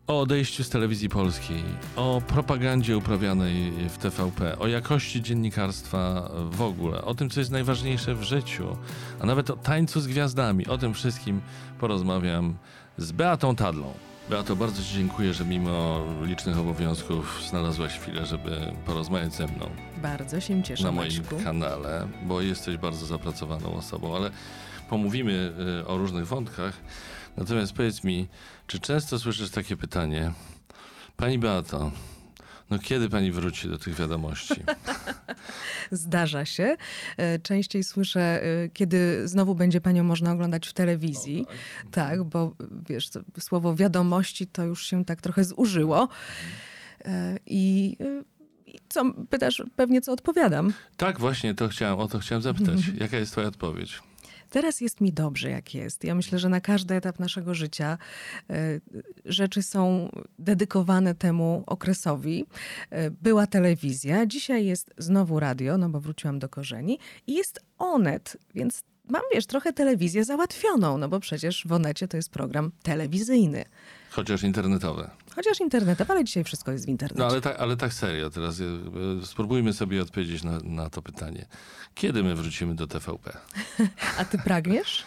O odejściu z telewizji polskiej, o propagandzie uprawianej w TVP, o jakości dziennikarstwa w ogóle, o tym, co jest najważniejsze w życiu, a nawet o tańcu z gwiazdami. O tym wszystkim porozmawiam z Beatą Tadlą. Beato, bardzo Ci dziękuję, że mimo licznych obowiązków znalazłaś chwilę, żeby porozmawiać ze mną. Bardzo się cieszę, na Maćku. moim kanale, bo jesteś bardzo zapracowaną osobą, ale pomówimy o różnych wątkach. Natomiast powiedz mi, czy często słyszysz takie pytanie: Pani Beato, no kiedy pani wróci do tych wiadomości? Zdarza się. Częściej słyszę, kiedy znowu będzie panią można oglądać w telewizji. Tak, bo wiesz, słowo wiadomości to już się tak trochę zużyło. I co, pytasz pewnie, co odpowiadam? Tak, właśnie, o to chciałem zapytać. Jaka jest twoja odpowiedź? Teraz jest mi dobrze, jak jest. Ja myślę, że na każdy etap naszego życia rzeczy są dedykowane temu okresowi. Była telewizja, dzisiaj jest znowu radio, no bo wróciłam do korzeni i jest Onet, więc mam, wiesz, trochę telewizję załatwioną, no bo przecież w Onecie to jest program telewizyjny. Chociaż internetowy. Chociaż internetowy, ale dzisiaj wszystko jest w internecie. No ale tak serio, teraz spróbujmy sobie odpowiedzieć na to pytanie. Kiedy my wrócimy do TVP? A ty pragniesz?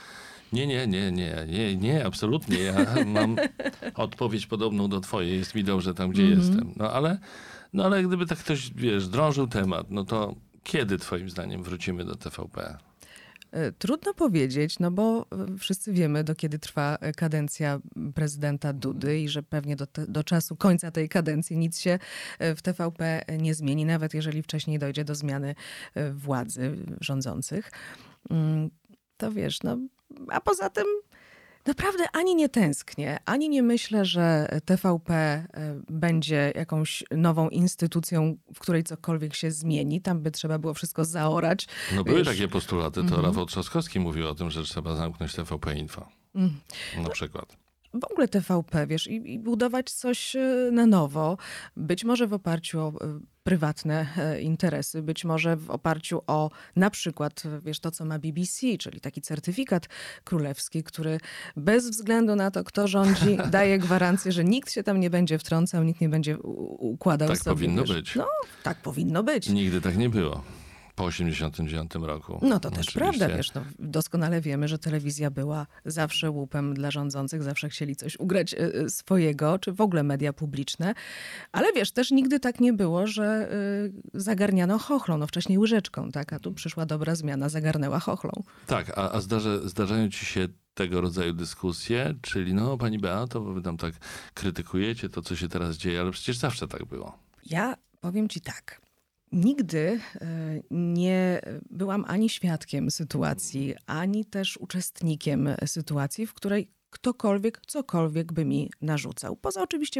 Nie, absolutnie. Ja mam odpowiedź podobną do twojej. Jest mi dobrze tam, gdzie jestem. No ale gdyby tak ktoś, wiesz, drążył temat, no to kiedy twoim zdaniem wrócimy do TVP? Trudno powiedzieć, no bo wszyscy wiemy, do kiedy trwa kadencja prezydenta Dudy i że pewnie do czasu końca tej kadencji nic się w TVP nie zmieni, nawet jeżeli wcześniej dojdzie do zmiany władzy rządzących. To wiesz, no a poza tym naprawdę ani nie tęsknię, ani nie myślę, że TVP będzie jakąś nową instytucją, w której cokolwiek się zmieni. Tam by trzeba było wszystko zaorać. No były takie postulaty, to Rafał Trzaskowski mówił o tym, że trzeba zamknąć TVP Info. Na przykład. W ogóle TVP, wiesz, i budować coś na nowo, być może w oparciu o prywatne interesy, być może w oparciu o na przykład, wiesz, to co ma BBC, czyli taki certyfikat królewski, który bez względu na to, kto rządzi, daje gwarancję, że nikt się tam nie będzie wtrącał, nikt nie będzie układał tak sobie. Tak powinno być. No, tak powinno być. Nigdy tak nie było. Po 1989 roku. No to też oczywiście. prawda, wiesz, no, doskonale wiemy, że telewizja była zawsze łupem dla rządzących, zawsze chcieli coś ugrać swojego, czy w ogóle media publiczne, ale wiesz, też nigdy tak nie było, że zagarniano chochlą, no wcześniej łyżeczką, tak, a tu przyszła dobra zmiana, zagarnęła chochlą. Tak, a zdarzają ci się tego rodzaju dyskusje, czyli no pani Beato, bo wy tam tak krytykujecie to, co się teraz dzieje, ale przecież zawsze tak było. Ja powiem ci tak. Nigdy nie byłam ani świadkiem sytuacji, ani też uczestnikiem sytuacji, w której ktokolwiek, cokolwiek by mi narzucał. Poza oczywiście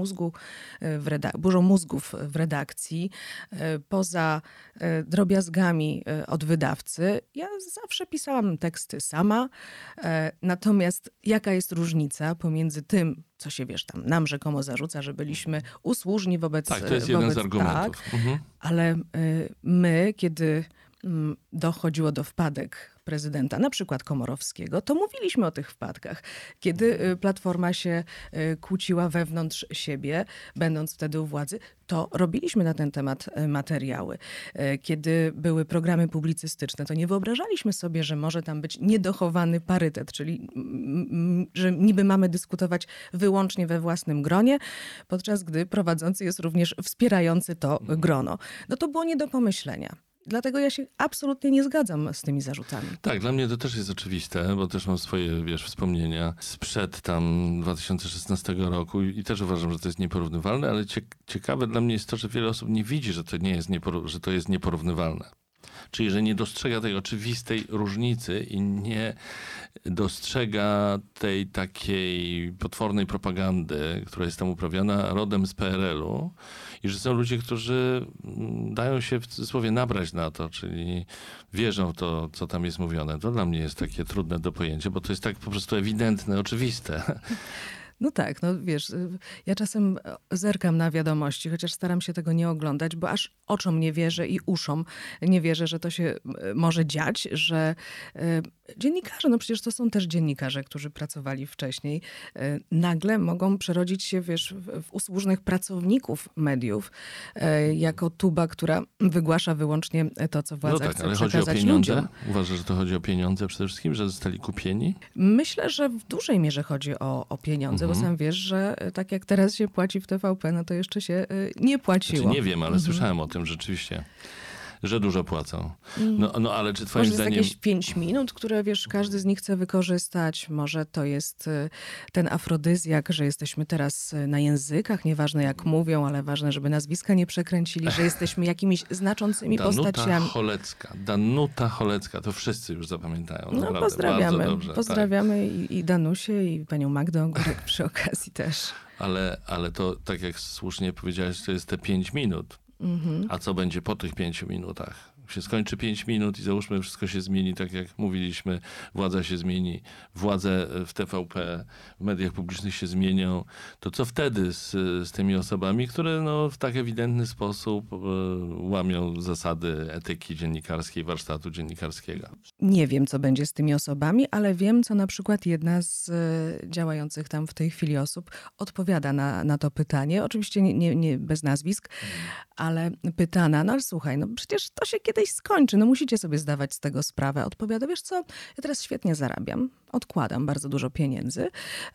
burzą mózgów w redakcji, poza drobiazgami od wydawcy. Ja zawsze pisałam teksty sama. Natomiast jaka jest różnica pomiędzy tym, co się, wiesz, tam nam rzekomo zarzuca, że byliśmy usłużni wobec... Tak, to jest jeden z argumentów. Tak, ale my, kiedy dochodziło do wpadek prezydenta, na przykład Komorowskiego, to mówiliśmy o tych wpadkach. Kiedy Platforma się kłóciła wewnątrz siebie, będąc wtedy u władzy, to robiliśmy na ten temat materiały. Kiedy były programy publicystyczne, to nie wyobrażaliśmy sobie, że może tam być niedochowany parytet, czyli że niby mamy dyskutować wyłącznie we własnym gronie, podczas gdy prowadzący jest również wspierający to grono. No to było nie do pomyślenia. Dlatego ja się absolutnie nie zgadzam z tymi zarzutami. Tak, dla mnie to też jest oczywiste, bo też mam swoje, wiesz, wspomnienia sprzed tam 2016 roku i też uważam, że to jest nieporównywalne, ale ciekawe dla mnie jest to, że wiele osób nie widzi, że to nie jest że to jest nieporównywalne. Czyli, że nie dostrzega tej oczywistej różnicy i nie dostrzega tej takiej potwornej propagandy, która jest tam uprawiana rodem z PRL-u i że są ludzie, którzy dają się w cudzysłowie nabrać na to, czyli wierzą w to, co tam jest mówione. To dla mnie jest takie trudne do pojęcia, bo to jest tak po prostu ewidentne, oczywiste. No tak, no wiesz, ja czasem zerkam na wiadomości, chociaż staram się tego nie oglądać, bo aż oczom nie wierzę i uszom nie wierzę, że to się może dziać, że dziennikarze, no przecież to są też dziennikarze, którzy pracowali wcześniej, nagle mogą przerodzić się, wiesz, w usłużnych pracowników mediów, jako tuba, która wygłasza wyłącznie to, co władza chce ale przekazać chodzi o pieniądze? ludziom. Uważasz, że to chodzi o pieniądze przede wszystkim, że zostali kupieni? Myślę, że w dużej mierze chodzi o pieniądze, bo sam wiesz, że tak jak teraz się płaci w TVP, no to jeszcze się nie płaciło. Znaczy, nie wiem, ale słyszałem o tym rzeczywiście, że dużo płacą. No ale czy twoim Może jest zdaniem... jakieś 5 minut, które wiesz, każdy z nich chce wykorzystać. Może to jest ten afrodyzjak, że jesteśmy teraz na językach, nieważne jak mówią, ale ważne, żeby nazwiska nie przekręcili, że jesteśmy jakimiś znaczącymi postaciami. Danuta Cholecka, to wszyscy już zapamiętają. No naprawdę, pozdrawiamy. bardzo dobrze, Pozdrawiamy i Danusię, i panią Magdę Ogórek przy okazji też. Ale to, tak jak słusznie powiedziałeś, to jest te 5 minut. A co będzie po tych 5 minutach? Się skończy 5 minut i załóżmy, wszystko się zmieni, tak jak mówiliśmy, władza się zmieni, władze w TVP, w mediach publicznych się zmienią, to co wtedy z tymi osobami, które no, w tak ewidentny sposób łamią zasady etyki dziennikarskiej, warsztatu dziennikarskiego? Nie wiem, co będzie z tymi osobami, ale wiem, co na przykład jedna z działających tam w tej chwili osób odpowiada na to pytanie. Oczywiście nie bez nazwisk, ale pytana, no ale słuchaj, no przecież to się kiedyś skończy, no musicie sobie zdawać z tego sprawę. Odpowiada, wiesz co, ja teraz świetnie zarabiam, odkładam bardzo dużo pieniędzy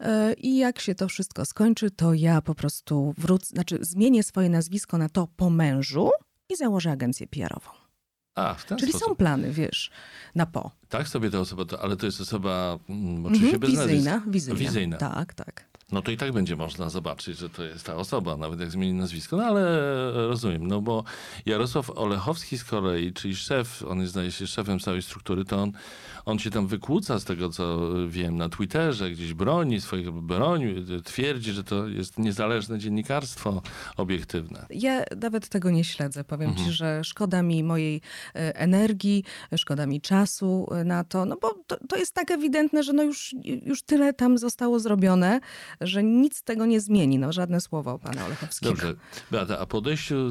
i jak się to wszystko skończy, to ja po prostu zmienię swoje nazwisko na to po mężu i założę agencję PR-ową. W ten Czyli sposób. są plany, wiesz, na po. Tak sobie ta osoba, ale to jest osoba oczywiście bez nazwiska. Wizyjna. Tak. No to i tak będzie można zobaczyć, że to jest ta osoba, nawet jak zmieni nazwisko. No ale rozumiem, no bo Jarosław Olechowski z kolei, czyli szef, on jest, zdaje się, szefem całej struktury, to on się tam wykłóca z tego, co wiem, na Twitterze, gdzieś broni, twierdzi, że to jest niezależne dziennikarstwo obiektywne. Ja nawet tego nie śledzę. Powiem ci, że szkoda mi mojej energii, szkoda mi czasu na to, no bo to jest tak ewidentne, że no już tyle tam zostało zrobione, że nic tego nie zmieni. No żadne słowo o pana Olechowskiego. Dobrze. Beata, a po odejściu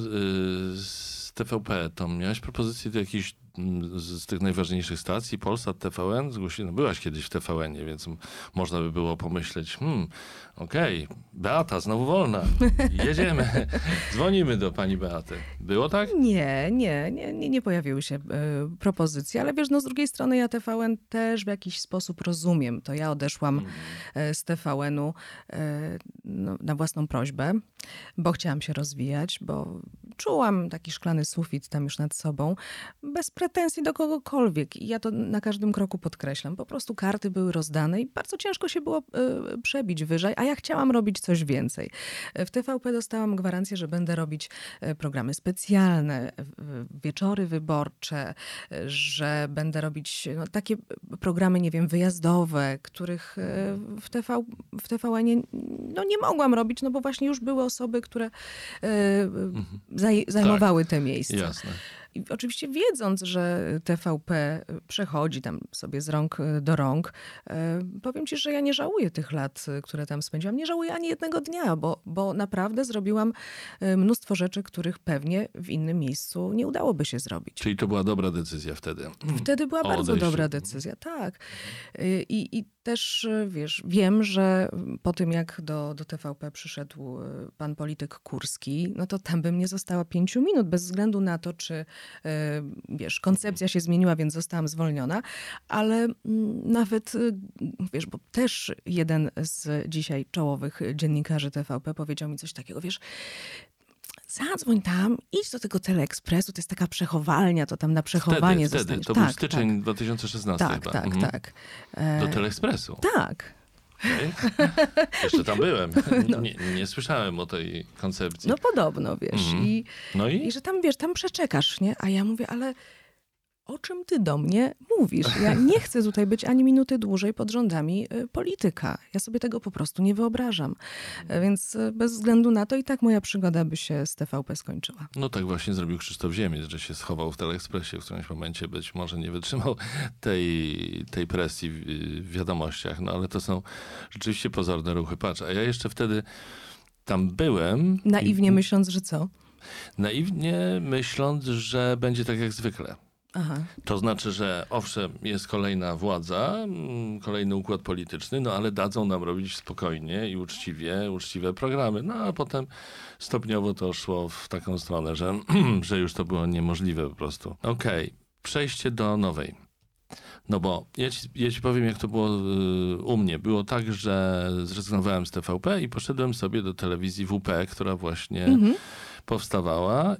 z TVP, to miałaś propozycję do jakiejś z tych najważniejszych stacji, Polsat, TVN, zgłosili, no byłaś kiedyś w TVN-ie, więc można by było pomyśleć, okej, Beata, znowu wolna, jedziemy, dzwonimy do pani Beaty. Było tak? Nie pojawiły się propozycje, ale wiesz, no z drugiej strony ja TVN też w jakiś sposób rozumiem. To ja odeszłam z TVN-u na własną prośbę, bo chciałam się rozwijać, bo czułam taki szklany sufit tam już nad sobą, bez pretensji do kogokolwiek. I ja to na każdym kroku podkreślam. Po prostu karty były rozdane i bardzo ciężko się było przebić wyżej, a ja chciałam robić coś więcej. W TVP dostałam gwarancję, że będę robić programy specjalne, wieczory wyborcze, że będę robić takie programy, nie wiem, wyjazdowe, których w TVN-ie nie mogłam robić, no bo właśnie już były osoby, które zajmowały te miejsca. Jasne. I oczywiście wiedząc, że TVP przechodzi tam sobie z rąk do rąk, powiem ci, że ja nie żałuję tych lat, które tam spędziłam. Nie żałuję ani jednego dnia, bo naprawdę zrobiłam mnóstwo rzeczy, których pewnie w innym miejscu nie udałoby się zrobić. Czyli to była dobra decyzja wtedy? Wtedy była bardzo dobra decyzja, tak. I też, wiesz, wiem, że po tym jak do TVP przyszedł pan polityk Kurski, no to tam bym nie została 5 minut, bez względu na to, czy wiesz, koncepcja się zmieniła, więc zostałam zwolniona, ale nawet, wiesz, bo też jeden z dzisiaj czołowych dziennikarzy TVP powiedział mi coś takiego, wiesz, zadzwoń tam, idź do tego Teleekspresu, to jest taka przechowalnia, to tam na przechowanie wtedy. To był styczeń 2016 chyba. Tak. Do Teleekspresu? Tak. Okay. Jeszcze tam byłem. Nie słyszałem o tej koncepcji. No podobno, wiesz. No i że tam, wiesz, tam przeczekasz, nie? A ja mówię, ale o czym ty do mnie mówisz? Ja nie chcę tutaj być ani minuty dłużej pod rządami polityka. Ja sobie tego po prostu nie wyobrażam. Więc bez względu na to i tak moja przygoda by się z TVP skończyła. No tak właśnie zrobił Krzysztof Ziemiec, że się schował w Teleekspresie w którymś momencie, być może nie wytrzymał tej presji w wiadomościach, no ale to są rzeczywiście pozorne ruchy. Patrz, a ja jeszcze wtedy tam byłem. Naiwnie myśląc, że co? Naiwnie myśląc, że będzie tak jak zwykle. Aha. To znaczy, że owszem, jest kolejna władza, kolejny układ polityczny, no ale dadzą nam robić spokojnie i uczciwe programy. No a potem stopniowo to szło w taką stronę, że już to było niemożliwe po prostu. Okej, przejście do nowej. No bo ja ci powiem, jak to było u mnie. Było tak, że zrezygnowałem z TVP i poszedłem sobie do telewizji WP, która właśnie powstawała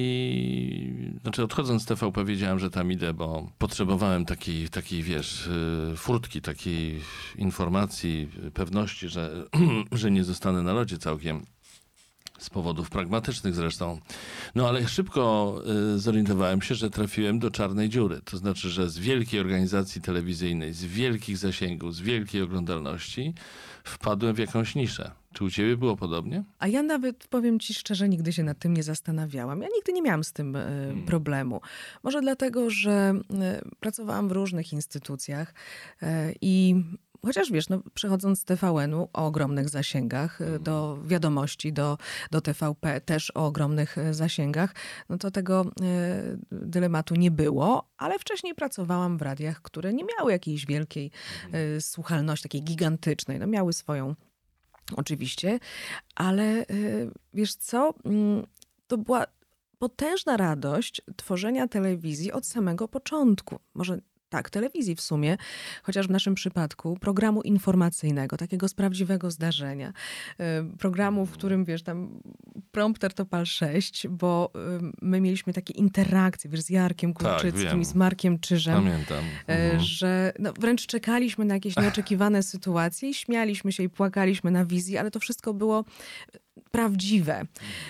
i znaczy odchodząc z TVP wiedziałem, że tam idę, bo potrzebowałem takiej wiesz, furtki, takiej informacji, pewności, że nie zostanę na lodzie całkiem. Z powodów pragmatycznych zresztą. No ale szybko zorientowałem się, że trafiłem do czarnej dziury. To znaczy, że z wielkiej organizacji telewizyjnej, z wielkich zasięgów, z wielkiej oglądalności wpadłem w jakąś niszę. Czy u ciebie było podobnie? A ja nawet, powiem ci szczerze, nigdy się nad tym nie zastanawiałam. Ja nigdy nie miałam z tym problemu. Może dlatego, że pracowałam w różnych instytucjach i chociaż wiesz, no, przechodząc z TVN-u o ogromnych zasięgach, do wiadomości, do TVP też o ogromnych zasięgach, no to tego dylematu nie było, ale wcześniej pracowałam w radiach, które nie miały jakiejś wielkiej słuchalności, takiej gigantycznej. No miały swoją oczywiście, ale wiesz co, to była potężna radość tworzenia telewizji od samego początku. Może tak, telewizji w sumie, chociaż w naszym przypadku programu informacyjnego, takiego z prawdziwego zdarzenia. Programu, w którym, wiesz, tam prompter to pal 6, bo my mieliśmy takie interakcje, wiesz, z Jarkiem Kurczyckim i z Markiem Czyżem. Pamiętam. Że no, wręcz czekaliśmy na jakieś nieoczekiwane sytuacje i śmialiśmy się i płakaliśmy na wizji, ale to wszystko było prawdziwe.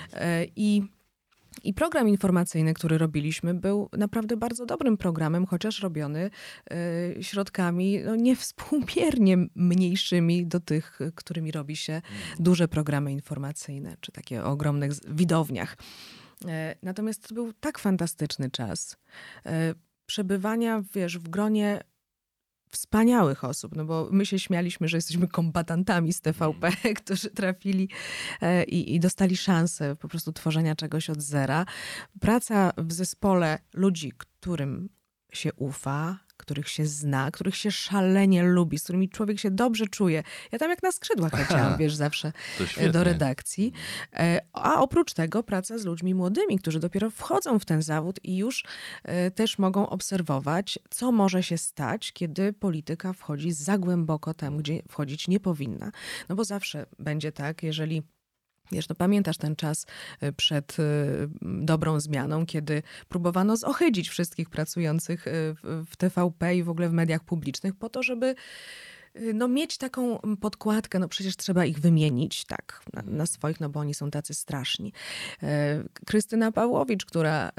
I program informacyjny, który robiliśmy, był naprawdę bardzo dobrym programem, chociaż robiony środkami no, niewspółmiernie mniejszymi do tych, którymi robi się duże programy informacyjne, czy takie o ogromnych widowniach. Natomiast to był tak fantastyczny czas przebywania, wiesz, w gronie wspaniałych osób, no bo my się śmialiśmy, że jesteśmy kombatantami z TVP, którzy trafili i dostali szansę po prostu tworzenia czegoś od zera. Praca w zespole ludzi, którym się ufa, których się zna, których się szalenie lubi, z którymi człowiek się dobrze czuje. Ja tam jak na skrzydłach leciałam, wiesz, zawsze do redakcji. A oprócz tego praca z ludźmi młodymi, którzy dopiero wchodzą w ten zawód i już też mogą obserwować, co może się stać, kiedy polityka wchodzi za głęboko tam, gdzie wchodzić nie powinna. No bo zawsze będzie tak, jeżeli... Wiesz, no pamiętasz ten czas przed dobrą zmianą, kiedy próbowano zohydzić wszystkich pracujących w TVP i w ogóle w mediach publicznych po to, żeby no, mieć taką podkładkę, no przecież trzeba ich wymienić tak na swoich, no bo oni są tacy straszni. Krystyna Pawłowicz, która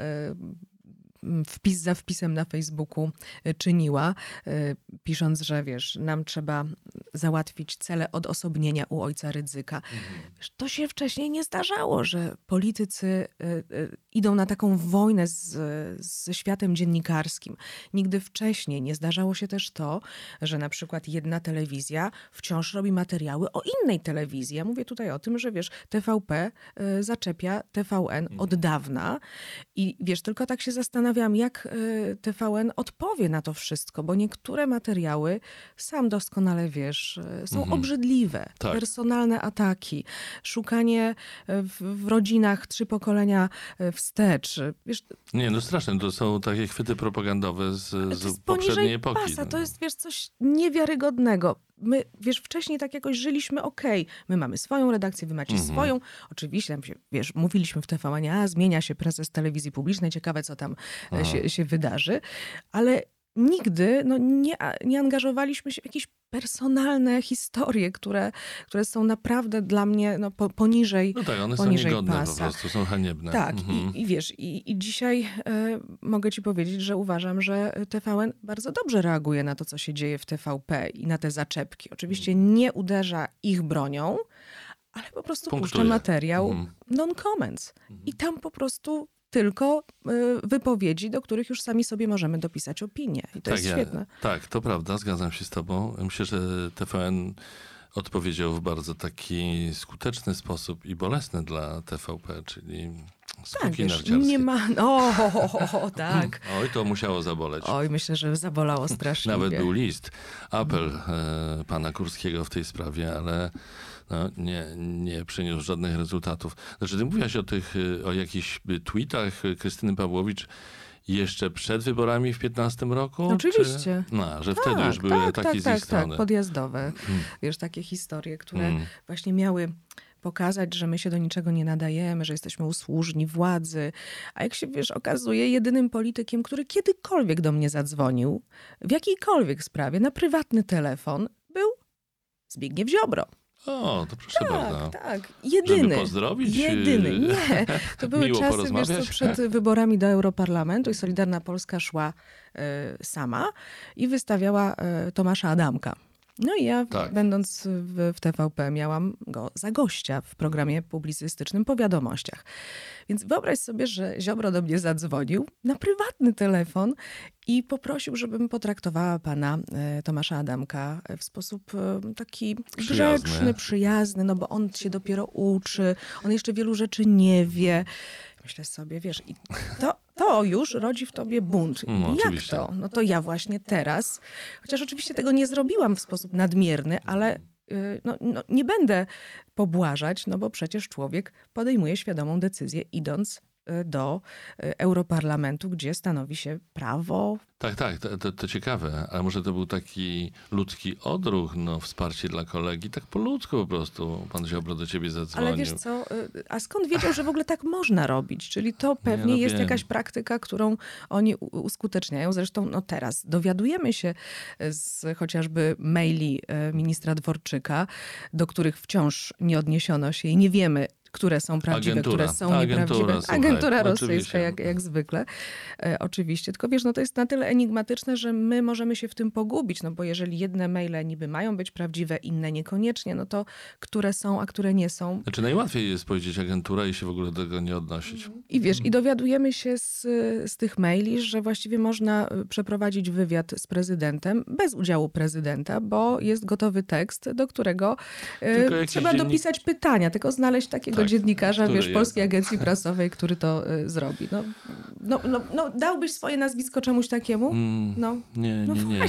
wpis za wpisem na Facebooku czyniła, pisząc, że wiesz, nam trzeba załatwić cele odosobnienia u ojca Rydzyka. To się wcześniej nie zdarzało, że politycy idą na taką wojnę ze światem dziennikarskim. Nigdy wcześniej nie zdarzało się też to, że na przykład jedna telewizja wciąż robi materiały o innej telewizji. Ja mówię tutaj o tym, że wiesz, TVP zaczepia TVN od dawna i wiesz, tylko tak się zastanawiam, jak TVN odpowie na to wszystko, bo niektóre materiały, sam doskonale wiesz, są obrzydliwe. Tak. Personalne ataki, szukanie w rodzinach 3 pokolenia wstecz. Wiesz, nie, no straszne. To są takie chwyty propagandowe z poprzedniej epoki. Pasa, to jest, wiesz, coś niewiarygodnego. My, wiesz, wcześniej tak jakoś żyliśmy, my mamy swoją redakcję, wy macie swoją. Oczywiście, tam się, wiesz, mówiliśmy w TVN, zmienia się prezes telewizji publicznej, ciekawe, co tam się wydarzy. Ale nigdy nie angażowaliśmy się w jakieś personalne historie, które są naprawdę dla mnie poniżej No tak, one są poniżej niegodne pasa. po prostu, są haniebne. Tak, i wiesz, i dzisiaj mogę ci powiedzieć, że uważam, że TVN bardzo dobrze reaguje na to, co się dzieje w TVP i na te zaczepki. Oczywiście nie uderza ich bronią, ale po prostu puszcza materiał non-comments. I tam po prostu tylko wypowiedzi, do których już sami sobie możemy dopisać opinię. I to jest świetne. Tak, to prawda, zgadzam się z tobą. Myślę, że TVN odpowiedział w bardzo taki skuteczny sposób i bolesny dla TVP, czyli skoki narciarskie. Nie ma... tak. Oj, to musiało zaboleć. Oj, myślę, że zabolało strasznie. Nawet był list, apel pana Kurskiego w tej sprawie, ale nie przyniósł żadnych rezultatów. Znaczy, ty mówiłaś o jakichś tweetach Krystyny Pawłowicz jeszcze przed wyborami w 2015 roku? Oczywiście. Że wtedy już były takie z jej strony. Tak, podjazdowe. Wiesz, takie historie, które właśnie miały pokazać, że my się do niczego nie nadajemy, że jesteśmy usłużni władzy. A jak się, wiesz, okazuje, jedynym politykiem, który kiedykolwiek do mnie zadzwonił, w jakiejkolwiek sprawie, na prywatny telefon, był Zbigniew Ziobro. O, to proszę bardzo. Tak, jedyny. Żeby pozdrowić? Jedyny, nie. To były czasy, wiesz co, przed wyborami do Europarlamentu i Solidarna Polska szła sama i wystawiała Tomasza Adamka. No i ja, będąc w TVP, miałam go za gościa w programie publicystycznym po wiadomościach. Więc wyobraź sobie, że Ziobro do mnie zadzwonił na prywatny telefon i poprosił, żebym potraktowała pana Tomasza Adamka w sposób taki grzeczny, przyjazny, no bo on się dopiero uczy, on jeszcze wielu rzeczy nie wie. Myślę sobie, wiesz, i to już rodzi w tobie bunt. Jak oczywiście. to? No to ja właśnie teraz, chociaż oczywiście tego nie zrobiłam w sposób nadmierny, ale nie będę pobłażać, no bo przecież człowiek podejmuje świadomą decyzję, idąc do Europarlamentu, gdzie stanowi się prawo. Tak, to ciekawe, ale może to był taki ludzki odruch, wsparcie dla kolegi, tak po ludzku po prostu pan Ziobro do ciebie zadzwonił. Ale wiesz co, a skąd wiedział, że w ogóle tak można robić? Czyli to pewnie jest jakaś praktyka, którą oni uskuteczniają. Zresztą teraz dowiadujemy się z chociażby maili ministra Dworczyka, do których wciąż nie odniesiono się i nie wiemy, które są prawdziwe, które są nieprawdziwe. Agentura rosyjska, jak zwykle. Oczywiście. Tylko wiesz, to jest na tyle enigmatyczne, że my możemy się w tym pogubić, bo jeżeli jedne maile niby mają być prawdziwe, inne niekoniecznie, to które są, a które nie są. Znaczy najłatwiej jest powiedzieć agentura i się w ogóle do tego nie odnosić. I wiesz, i dowiadujemy się z tych maili, że właściwie można przeprowadzić wywiad z prezydentem bez udziału prezydenta, bo jest gotowy tekst, do którego trzeba dopisać pytania, tylko znaleźć takiego dziennikarza, Polskiej Agencji Prasowej, który to zrobi. Dałbyś swoje nazwisko czemuś takiemu? Nie.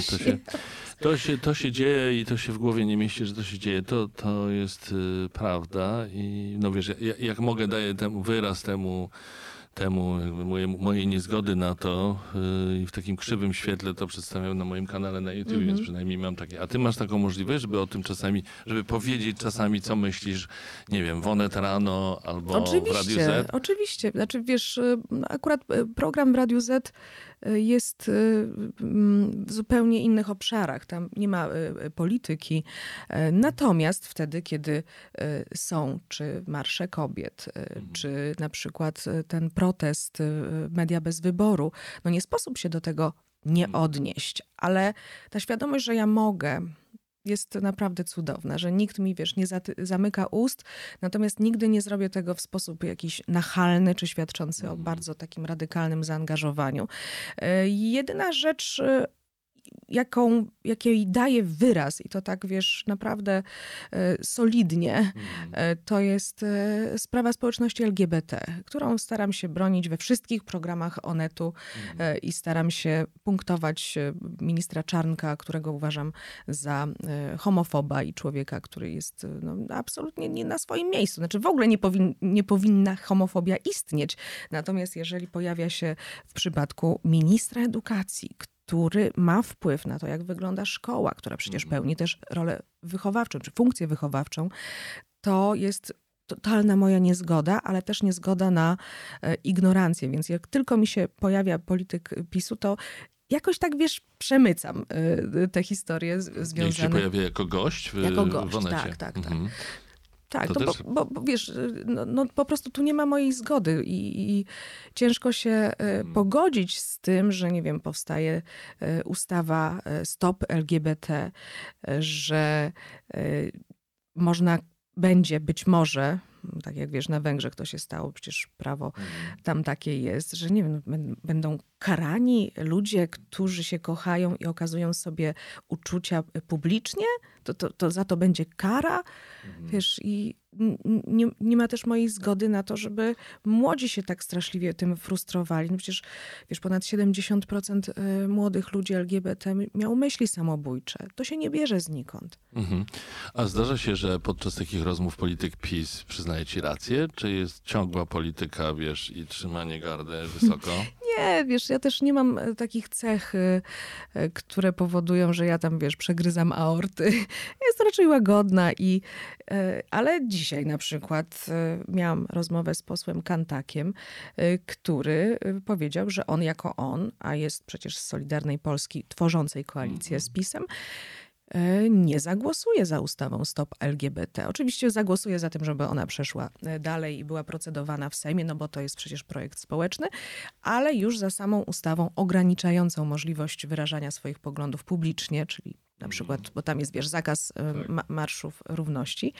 To się dzieje i to się w głowie nie mieści, że to się dzieje. To jest prawda i wiesz, jak mogę, daję wyraz temu mojej niezgody na to i w takim krzywym świetle to przedstawiam na moim kanale na YouTube, więc przynajmniej mam takie. A ty masz taką możliwość, żeby o tym czasami, żeby powiedzieć czasami, co myślisz, nie wiem, w Onet Rano albo w Radiu Z? Oczywiście. Znaczy wiesz, akurat program w Radiu Z jest w zupełnie innych obszarach. Tam nie ma polityki. Natomiast wtedy, kiedy są czy marsze kobiet, czy na przykład ten protest Media bez wyboru, nie sposób się do tego nie odnieść. Ale ta świadomość, że ja mogę, jest naprawdę cudowna, że nikt mi, wiesz, nie zamyka ust, natomiast nigdy nie zrobię tego w sposób jakiś nachalny, czy świadczący o bardzo takim radykalnym zaangażowaniu. Jedyna rzecz, jakiej daje wyraz i to tak, wiesz, naprawdę solidnie, to jest sprawa społeczności LGBT, którą staram się bronić we wszystkich programach Onetu i staram się punktować ministra Czarnka, którego uważam za homofoba i człowieka, który jest absolutnie nie na swoim miejscu. Znaczy w ogóle nie powinna homofobia istnieć. Natomiast jeżeli pojawia się w przypadku ministra edukacji, który ma wpływ na to, jak wygląda szkoła, która przecież pełni też rolę wychowawczą, czy funkcję wychowawczą, to jest totalna moja niezgoda, ale też niezgoda na ignorancję. Więc jak tylko mi się pojawia polityk PiS-u, to jakoś tak, wiesz, przemycam te historie związane... Niech się pojawia jako gość w Onecie. Tak. Tak, to też... bo wiesz, no, po prostu tu nie ma mojej zgody i ciężko się pogodzić z tym, że nie wiem, powstaje ustawa Stop LGBT, że można będzie być może, tak jak wiesz, na Węgrzech to się stało, przecież prawo tam takie jest, że nie wiem, będą karani ludzie, którzy się kochają i okazują sobie uczucia publicznie, to za to będzie kara, wiesz, i nie ma też mojej zgody na to, żeby młodzi się tak straszliwie tym frustrowali. No przecież, wiesz, ponad 70% młodych ludzi LGBT miało myśli samobójcze. To się nie bierze znikąd. A zdarza się, że podczas takich rozmów polityk PiS przyznaje ci rację? Czy jest ciągła polityka, wiesz, i trzymanie gardy wysoko? Nie, wiesz, ja też nie mam takich cech, które powodują, że ja tam, wiesz, przegryzam aorty. Jest raczej łagodna ale dzisiaj na przykład miałam rozmowę z posłem Kantakiem, który powiedział, że on jako on, a jest przecież z Solidarnej Polski tworzącej koalicję z PiS-em, nie zagłosuje za ustawą Stop LGBT. Oczywiście zagłosuje za tym, żeby ona przeszła dalej i była procedowana w Sejmie, no bo to jest przecież projekt społeczny, ale już za samą ustawą ograniczającą możliwość wyrażania swoich poglądów publicznie, czyli na przykład, bo tam jest, wiesz, zakaz marszów równości,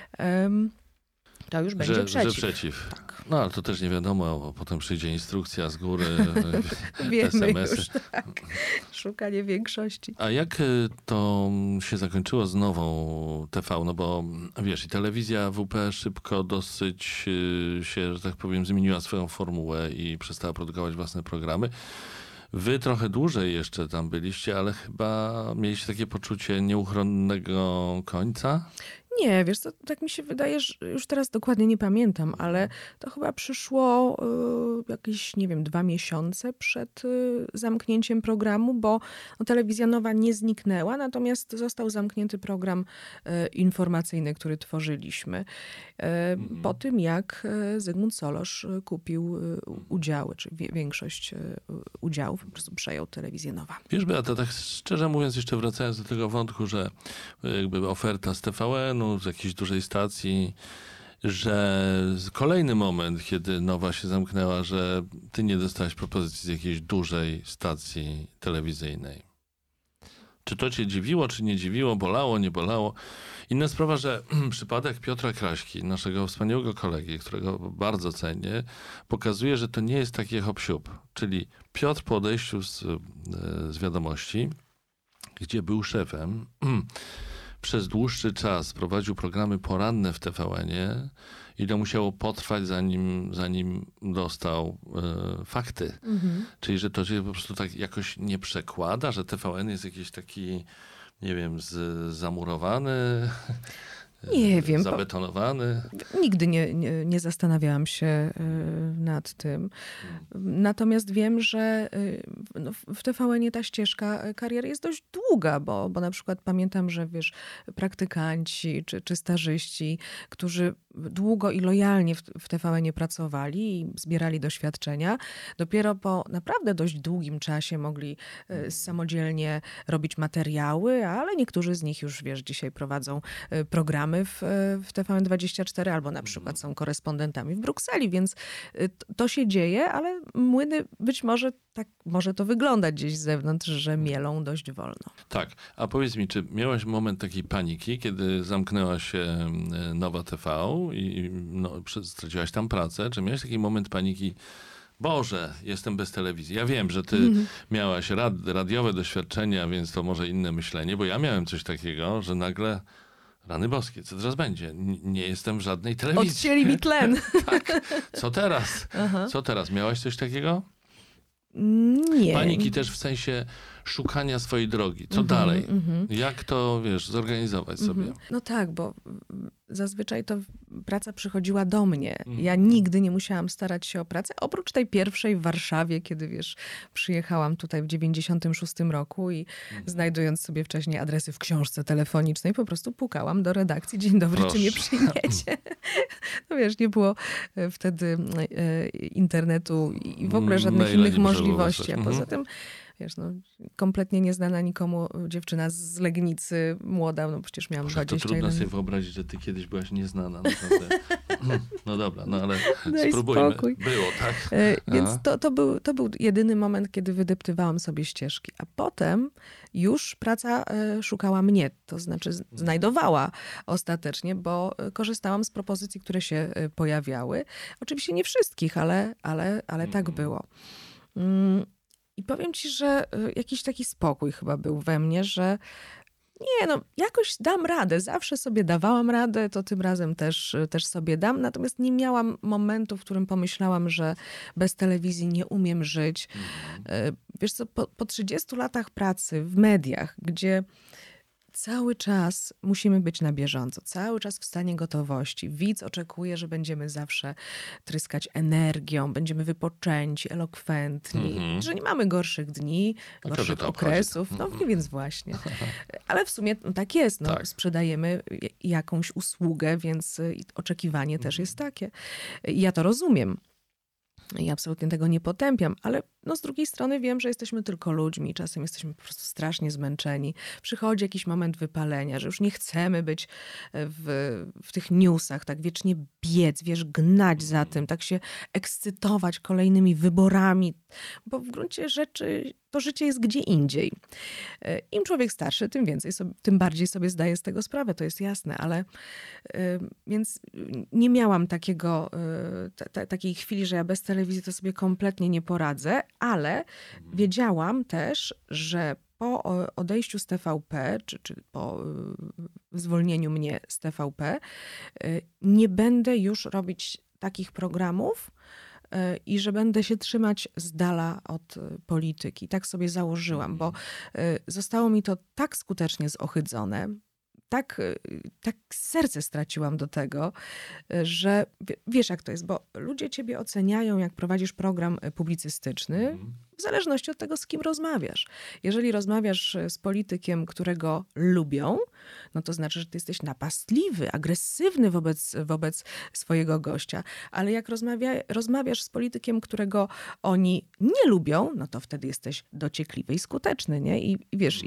to już będzie przeciw. Że przeciw. Tak. No ale to też nie wiadomo, bo potem przyjdzie instrukcja z góry, Wiemy SMS-y. już, tak. Szukanie większości. A jak to się zakończyło z nową TV? No bo wiesz, i telewizja WP szybko dosyć się, że tak powiem, zmieniła swoją formułę i przestała produkować własne programy. Wy trochę dłużej jeszcze tam byliście, ale chyba mieliście takie poczucie nieuchronnego końca? Nie, wiesz co, tak mi się wydaje, że już teraz dokładnie nie pamiętam, ale to chyba przyszło jakieś, nie wiem, 2 miesiące przed zamknięciem programu, bo telewizja nowa nie zniknęła, natomiast został zamknięty program informacyjny, który tworzyliśmy. Po tym, jak Zygmunt Solorz kupił udziały, czy większość udziałów, po prostu przejął telewizję nowa. Wiesz, Beata, tak szczerze mówiąc, jeszcze wracając do tego wątku, że jakby oferta z TVN-u, z jakiejś dużej stacji, że kolejny moment, kiedy Nowa się zamknęła, że ty nie dostałeś propozycji z jakiejś dużej stacji telewizyjnej. Czy to cię dziwiło, czy nie dziwiło, bolało, nie bolało? Inna sprawa, że przypadek Piotra Kraśki, naszego wspaniałego kolegi, którego bardzo cenię, pokazuje, że to nie jest taki hop-siup. Czyli Piotr po odejściu z Wiadomości, gdzie był szefem, przez dłuższy czas prowadził programy poranne w TVN-ie i to musiało potrwać, zanim dostał fakty. Czyli, że to się po prostu tak jakoś nie przekłada, że TVN jest jakiś taki, nie wiem, zamurowany, nie wiem, zabetonowany. Nigdy nie zastanawiałam się nad tym. Natomiast wiem, że w TVN-ie ta ścieżka kariery jest dość długa, bo na przykład pamiętam, że wiesz, praktykanci czy stażyści, którzy długo i lojalnie w TVN-ie pracowali i zbierali doświadczenia, dopiero po naprawdę dość długim czasie mogli samodzielnie robić materiały, ale niektórzy z nich już, wiesz, dzisiaj prowadzą programy w TVN24 albo na przykład są korespondentami w Brukseli, więc to się dzieje, ale młyny być może tak może to wyglądać gdzieś z zewnątrz, że mielą dość wolno. Tak, a powiedz mi, czy miałaś moment takiej paniki, kiedy zamknęła się Nowa TV i straciłaś tam pracę? Czy miałaś taki moment paniki, Boże, jestem bez telewizji? Ja wiem, że ty miałaś radiowe doświadczenia, więc to może inne myślenie, bo ja miałem coś takiego, że nagle rany boskie, co teraz będzie? Nie jestem w żadnej telewizji. Odcięli mi tlen. Tak, co teraz? Co teraz? Miałaś coś takiego? Nie. Paniki też w sensie szukania swojej drogi. Co dalej? Jak to, wiesz, zorganizować sobie? No tak, bo zazwyczaj to praca przychodziła do mnie. Ja nigdy nie musiałam starać się o pracę, oprócz tej pierwszej w Warszawie, kiedy, wiesz, przyjechałam tutaj w 96 roku i znajdując sobie wcześniej adresy w książce telefonicznej, po prostu pukałam do redakcji. Dzień dobry, Proszę. czy nie przyjmiecie? No wiesz, nie było wtedy internetu i w ogóle żadnych Maila innych nie możliwości. A było poza tym, wiesz, no, kompletnie nieznana nikomu dziewczyna z Legnicy, młoda, no przecież miałam 21 To trudno sobie wyobrazić, że ty kiedyś byłaś nieznana. Naprawdę. No dobra, no ale spróbujmy. Spokój. Było, tak? Więc to był jedyny moment, kiedy wydeptywałam sobie ścieżki. A potem już praca szukała mnie, to znaczy znajdowała ostatecznie, bo korzystałam z propozycji, które się pojawiały. Oczywiście nie wszystkich, ale tak było. I powiem ci, że jakiś taki spokój chyba był we mnie, że nie, no jakoś dam radę. Zawsze sobie dawałam radę, to tym razem też sobie dam. Natomiast nie miałam momentu, w którym pomyślałam, że bez telewizji nie umiem żyć. Wiesz co, po 30 latach pracy w mediach, gdzie cały czas musimy być na bieżąco, cały czas w stanie gotowości. Widz oczekuje, że będziemy zawsze tryskać energią, będziemy wypoczęci, elokwentni, że nie mamy gorszych dni, gorszych okresów. No więc właśnie. Ale w sumie tak jest. No, sprzedajemy jakąś usługę, więc oczekiwanie też jest takie. I ja to rozumiem. I absolutnie tego nie potępiam, ale no z drugiej strony wiem, że jesteśmy tylko ludźmi. Czasem jesteśmy po prostu strasznie zmęczeni. Przychodzi jakiś moment wypalenia, że już nie chcemy być w tych newsach, tak wiecznie biec, wiesz, gnać za tym, tak się ekscytować kolejnymi wyborami, bo w gruncie rzeczy to życie jest gdzie indziej. Im człowiek starszy, tym bardziej sobie zdaje z tego sprawę, to jest jasne, ale więc nie miałam takiej chwili, że ja bez telewizji to sobie kompletnie nie poradzę, ale wiedziałam też, że po odejściu z TVP, czy po zwolnieniu mnie z TVP, nie będę już robić takich programów i że będę się trzymać z dala od polityki. Tak sobie założyłam, bo zostało mi to tak skutecznie zohydzone, tak serce straciłam do tego, że wiesz jak to jest, bo ludzie ciebie oceniają, jak prowadzisz program publicystyczny, w zależności od tego, z kim rozmawiasz. Jeżeli rozmawiasz z politykiem, którego lubią, no to znaczy, że ty jesteś napastliwy, agresywny wobec swojego gościa. Ale jak rozmawiasz z politykiem, którego oni nie lubią, no to wtedy jesteś dociekliwy i skuteczny, nie? I wiesz,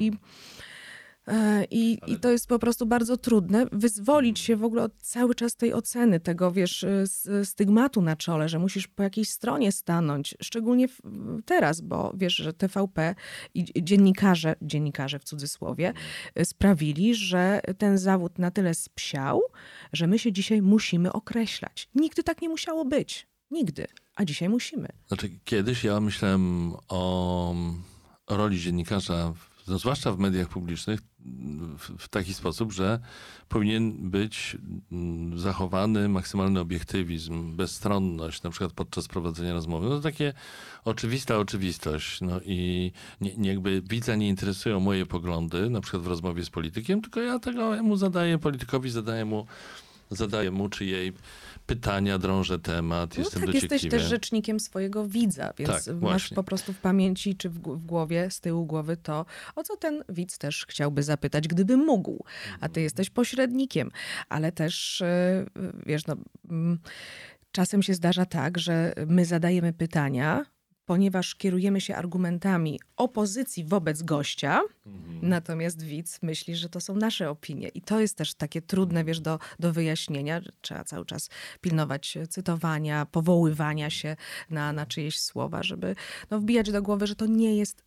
I to jest po prostu bardzo trudne, wyzwolić się w ogóle od cały czas tej oceny, tego wiesz, stygmatu na czole, że musisz po jakiejś stronie stanąć, szczególnie teraz, bo wiesz, że TVP i dziennikarze w cudzysłowie, sprawili, że ten zawód na tyle spsiał, że my się dzisiaj musimy określać. Nigdy tak nie musiało być. Nigdy. A dzisiaj musimy. Znaczy, kiedyś ja myślałem o roli dziennikarza, no, zwłaszcza w mediach publicznych, w taki sposób, że powinien być zachowany maksymalny obiektywizm, bezstronność, na przykład podczas prowadzenia rozmowy. No to takie oczywista oczywistość. No i jakby widza nie interesują moje poglądy, na przykład w rozmowie z politykiem, tylko ja mu zadaję, politykowi zadaję mu czy jej pytania, drążę temat, jestem dociekliwy. Jesteś też rzecznikiem swojego widza, więc masz po prostu w pamięci czy w głowie, z tyłu głowy to, o co ten widz też chciałby zapytać, gdyby mógł. A ty jesteś pośrednikiem. Ale też, wiesz, no, czasem się zdarza tak, że my zadajemy pytania, ponieważ kierujemy się argumentami opozycji wobec gościa, natomiast widz myśli, że to są nasze opinie. I to jest też takie trudne, wiesz, do wyjaśnienia. Trzeba cały czas pilnować cytowania, powoływania się na czyjeś słowa, żeby wbijać do głowy, że to nie jest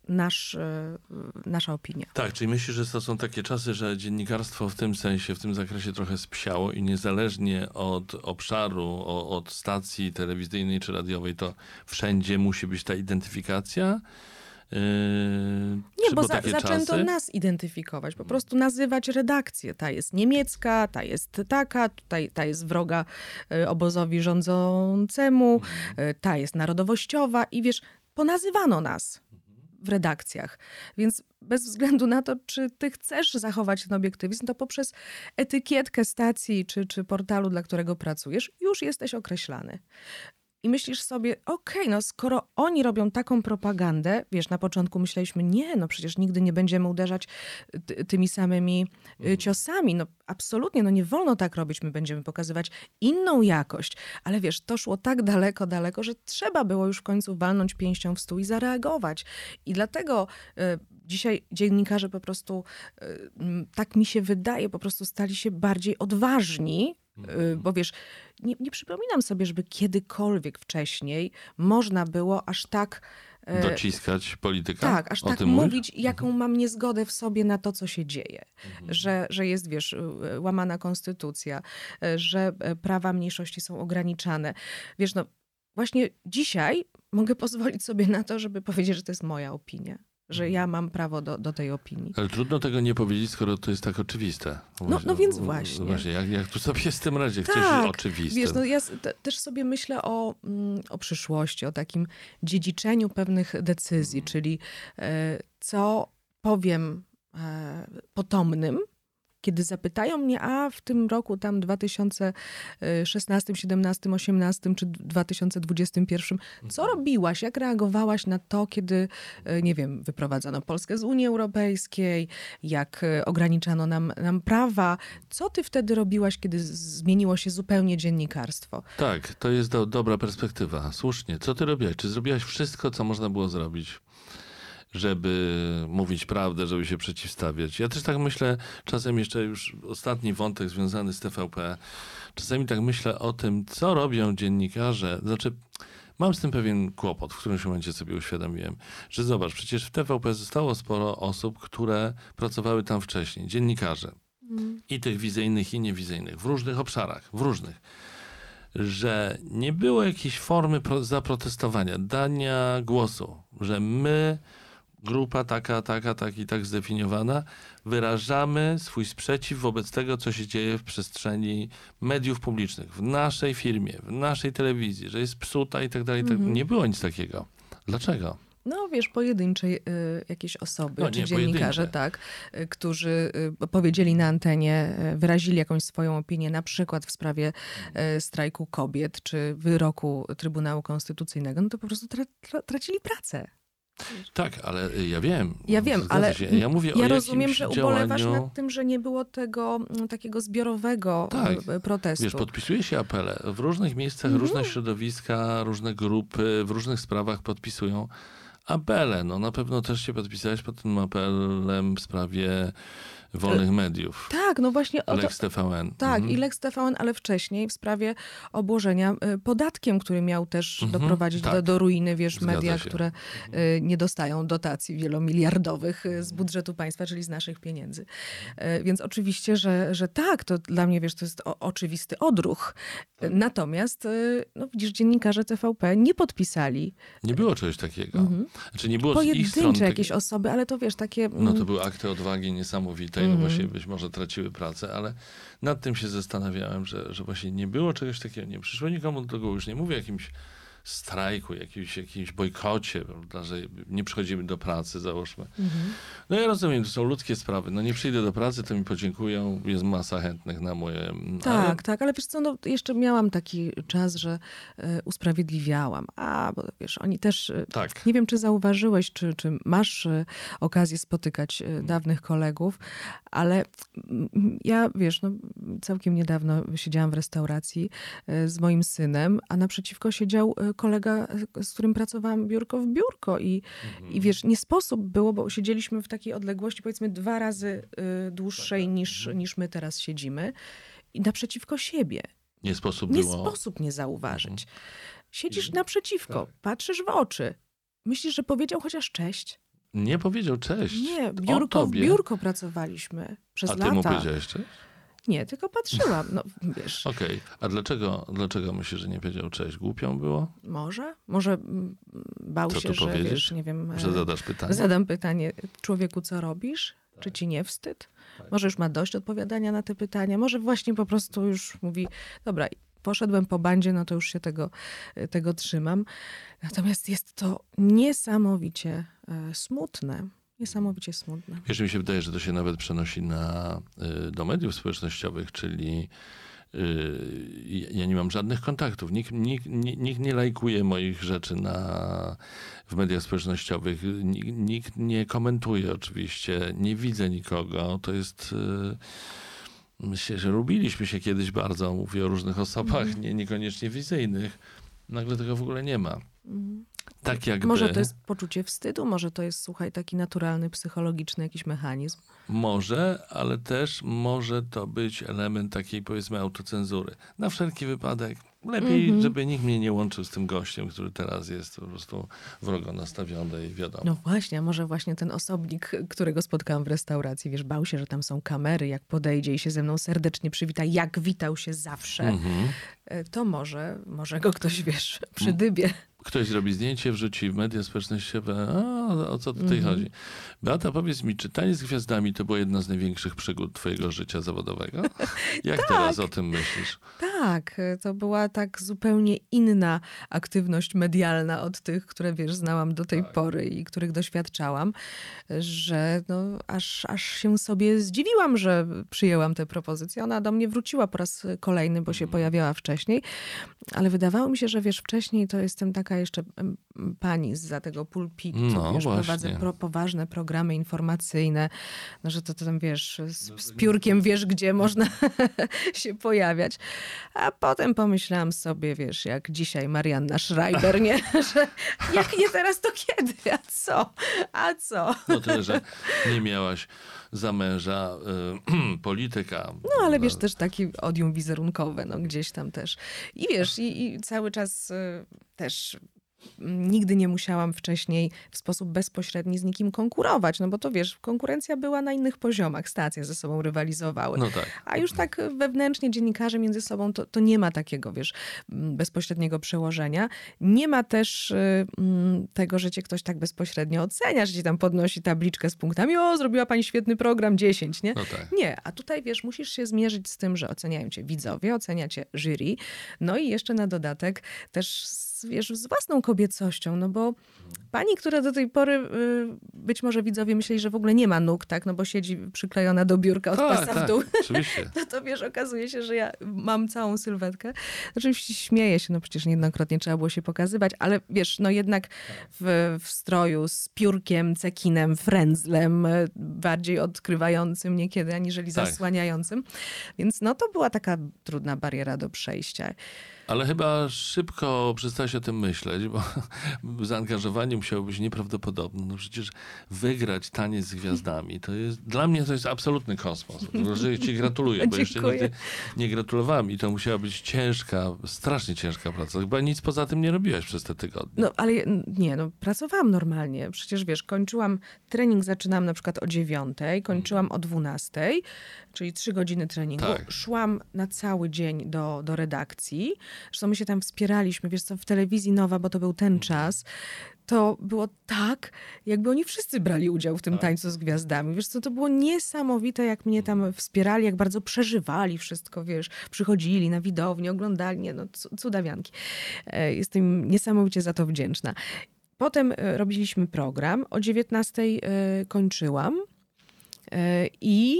nasza opinia. Tak, czyli myślisz, że to są takie czasy, że dziennikarstwo w tym sensie, w tym zakresie trochę spsiało i niezależnie od obszaru, od stacji telewizyjnej czy radiowej, to wszędzie musi być ta identyfikacja? Nie, bo zaczęto nas identyfikować, po prostu nazywać redakcję. Ta jest niemiecka, ta jest taka, ta jest wroga obozowi rządzącemu, ta jest narodowościowa i wiesz, ponazywano nas w redakcjach. Więc bez względu na to, czy ty chcesz zachować ten obiektywizm, to poprzez etykietkę stacji czy portalu, dla którego pracujesz, już jesteś określany. I myślisz sobie, okej, no skoro oni robią taką propagandę, wiesz, na początku myśleliśmy, nie, no przecież nigdy nie będziemy uderzać tymi samymi ciosami. No absolutnie, no nie wolno tak robić, my będziemy pokazywać inną jakość. Ale wiesz, to szło tak daleko, że trzeba było już w końcu walnąć pięścią w stół i zareagować. I dlatego dzisiaj dziennikarze po prostu, tak mi się wydaje, po prostu stali się bardziej odważni, bo wiesz, nie przypominam sobie, żeby kiedykolwiek wcześniej można było aż tak... Dociskać polityka? Tak, aż tak mówić, jaką mam niezgodę w sobie na to, co się dzieje. Że jest, wiesz, łamana konstytucja, że prawa mniejszości są ograniczane. Wiesz, no właśnie dzisiaj mogę pozwolić sobie na to, żeby powiedzieć, że to jest moja opinia. Że ja mam prawo do tej opinii. Ale trudno tego nie powiedzieć, skoro to jest tak oczywiste. No więc właśnie. Jak tu sobie z tym radzić? Tak, Coś oczywiste. Wiesz, no ja też sobie myślę o przyszłości, o takim dziedziczeniu pewnych decyzji, czyli co powiem potomnym, kiedy zapytają mnie, a w tym roku tam 2016, 17, 18 czy 2021, co robiłaś, jak reagowałaś na to, kiedy, nie wiem, wyprowadzono Polskę z Unii Europejskiej, jak ograniczano nam prawa. Co ty wtedy robiłaś, kiedy zmieniło się zupełnie dziennikarstwo? Tak, to jest dobra perspektywa. Słusznie. Co ty robiłaś? Czy zrobiłaś wszystko, co można było zrobić, żeby mówić prawdę, żeby się przeciwstawiać? Ja też tak myślę, czasem jeszcze już ostatni wątek związany z TVP, czasami tak myślę o tym, co robią dziennikarze. Znaczy, mam z tym pewien kłopot, w którymś momencie sobie uświadomiłem, że zobacz, przecież w TVP zostało sporo osób, które pracowały tam wcześniej, dziennikarze. I tych wizyjnych, i niewizyjnych, w różnych obszarach, że nie było jakiejś formy zaprotestowania, dania głosu, że my, grupa taka i tak zdefiniowana, wyrażamy swój sprzeciw wobec tego, co się dzieje w przestrzeni mediów publicznych, w naszej firmie, w naszej telewizji, że jest psuta i tak dalej. Nie było nic takiego. Dlaczego? No wiesz, pojedyncze jakieś osoby, czy dziennikarze, tak, którzy powiedzieli na antenie, wyrazili jakąś swoją opinię, na przykład w sprawie strajku kobiet, czy wyroku Trybunału Konstytucyjnego, no to po prostu tracili pracę. Tak, ale ja wiem. Ja wiem, ale ja mówię o rozumiem, że ubolewasz działaniu... nad tym, że nie było tego takiego zbiorowego protestu. Wiesz, podpisuje się apele. W różnych miejscach różne środowiska, różne grupy, w różnych sprawach podpisują apele. No na pewno też się podpisałeś pod tym apelem w sprawie wolnych mediów. Tak, no właśnie o Lex TVN. Tak, i Lex TVN, ale wcześniej w sprawie obłożenia podatkiem, który miał też doprowadzić do ruiny, wiesz, media, które nie dostają dotacji wielomiliardowych z budżetu państwa, czyli z naszych pieniędzy. Więc oczywiście, że tak, to dla mnie, wiesz, to jest oczywisty odruch. Natomiast, no widzisz, dziennikarze TVP nie podpisali. Nie było czegoś takiego. Znaczy nie było z ich stron... Pojedyncze jakieś osoby, ale to wiesz, takie... No to były akty odwagi niesamowite i no właśnie być może traciły pracę, ale nad tym się zastanawiałem, że właśnie nie było czegoś takiego, nie przyszło nikomu do tego, już nie mówię o jakimś strajku, jakimś bojkocie, prawda, że nie przychodzimy do pracy, załóżmy. No ja rozumiem, to są ludzkie sprawy. No nie przyjdę do pracy, to mi podziękują, jest masa chętnych na moje... Tak, ale wiesz co, no jeszcze miałam taki czas, że usprawiedliwiałam. Bo wiesz, oni też... Nie wiem, czy zauważyłeś, czy masz okazję spotykać dawnych kolegów, ale ja, wiesz, no całkiem niedawno siedziałam w restauracji z moim synem, a naprzeciwko siedział kolega, z którym pracowałam biurko w biurko i wiesz, nie sposób było, bo siedzieliśmy w takiej odległości powiedzmy 2 razy dłuższej niż my teraz siedzimy i naprzeciwko siebie. Nie sposób nie zauważyć. Siedzisz naprzeciwko, patrzysz w oczy, myślisz, że powiedział chociaż cześć. Nie powiedział cześć. Nie, w biurko pracowaliśmy przez lata. A ty mu powiedziałeś cześć? Nie, tylko patrzyłam, no wiesz. Okej, a dlaczego myślisz, że nie powiedział cześć? Głupią było? Może bał się, że wiesz, nie wiem. Że zadasz pytanie? Zadam pytanie, człowieku, co robisz? Czy ci nie wstyd? Może już ma dość odpowiadania na te pytania? Może właśnie po prostu już mówi, dobra, poszedłem po bandzie, no to już się tego trzymam. Natomiast jest to niesamowicie smutne. Niesamowicie smutne. Wiesz, mi się wydaje, że to się nawet przenosi do mediów społecznościowych, czyli Ja nie mam żadnych kontaktów. Nikt nie lajkuje moich rzeczy w mediach społecznościowych. Nikt nie komentuje oczywiście. Nie widzę nikogo. To jest... Myślę, że lubiliśmy się kiedyś bardzo. Mówię o różnych osobach, niekoniecznie wizyjnych. Nagle tego w ogóle nie ma. Tak jakby... Może to jest poczucie wstydu, może to jest, słuchaj, taki naturalny, psychologiczny jakiś mechanizm. Może, ale też może to być element takiej, powiedzmy, autocenzury. Na wszelki wypadek lepiej, żeby nikt mnie nie łączył z tym gościem, który teraz jest po prostu wrogo nastawiony i wiadomo. No właśnie, a może właśnie ten osobnik, którego spotkałam w restauracji, wiesz, bał się, że tam są kamery, jak podejdzie i się ze mną serdecznie przywita, jak witał się zawsze, to może go ktoś, wiesz, przydybie. Ktoś zrobi zdjęcie, wrzuci w media społecznościowe. O co tutaj chodzi? Beata, powiedz mi, czy Taniec z Gwiazdami to była jedna z największych przygód twojego życia zawodowego? Jak teraz o tym myślisz? Tak, to była tak zupełnie inna aktywność medialna od tych, które, wiesz, znałam do tej pory i których doświadczałam, że no, aż się sobie zdziwiłam, że przyjęłam tę propozycję. Ona do mnie wróciła po raz kolejny, bo się pojawiała wcześniej, ale wydawało mi się, że wiesz, wcześniej to jestem taka jeszcze pani zza tego pulpitu, wiesz, prowadzę poważne programy informacyjne, no, że to tam, wiesz, z piórkiem wiesz, gdzie można się pojawiać. A potem pomyślałam sobie, wiesz, jak dzisiaj Marianna Schreiber, nie? Że jak nie teraz, to kiedy? A co? No tyle, że nie miałaś za męża polityka. No ale wiesz, też taki odium wizerunkowe, no gdzieś tam też. I wiesz, i cały czas też nigdy nie musiałam wcześniej w sposób bezpośredni z nikim konkurować, no bo to wiesz, konkurencja była na innych poziomach, stacje ze sobą rywalizowały. No tak. A już tak wewnętrznie dziennikarze między sobą to nie ma takiego, wiesz, bezpośredniego przełożenia. Nie ma też tego, że cię ktoś tak bezpośrednio ocenia, że ci tam podnosi tabliczkę z punktami, o, zrobiła pani świetny program, 10, nie? No tak. Nie, a tutaj wiesz, musisz się zmierzyć z tym, że oceniają cię widzowie, ocenia cię jury, no i jeszcze na dodatek też wiesz, z własną kobiecością, no bo pani, która do tej pory być może widzowie myśleli, że w ogóle nie ma nóg, tak, no bo siedzi przyklejona do biurka od pasa w dół. Oczywiście. To wiesz, okazuje się, że ja mam całą sylwetkę. Oczywiście śmieję się, no przecież niejednokrotnie trzeba było się pokazywać, ale wiesz, no jednak w stroju z piórkiem, cekinem, frędzlem, bardziej odkrywającym niekiedy, aniżeli zasłaniającym. Więc no to była taka trudna bariera do przejścia. Ale chyba szybko przestałeś o tym myśleć, bo zaangażowanie musiało być nieprawdopodobne. No przecież wygrać Taniec z Gwiazdami, dla mnie to jest absolutny kosmos. Że ci gratuluję, bo jeszcze nigdy nie gratulowałem i to musiała być ciężka, strasznie ciężka praca. Chyba nic poza tym nie robiłaś przez te tygodnie. No ale nie, no pracowałam normalnie. Przecież wiesz, kończyłam, trening zaczynam na przykład o 9:00, kończyłam o 12:00, czyli 3 godziny treningu. Tak. Szłam na cały dzień do redakcji. Zresztą my się tam wspieraliśmy, wiesz co, w telewizji Nowa, bo to był ten czas. To było tak, jakby oni wszyscy brali udział w tym Tańcu z Gwiazdami. Wiesz co, to było niesamowite, jak mnie tam wspierali, jak bardzo przeżywali wszystko, wiesz. Przychodzili na widownię, oglądali, nie, no cudawianki. Jestem niesamowicie za to wdzięczna. Potem robiliśmy program, o 19:00 kończyłam i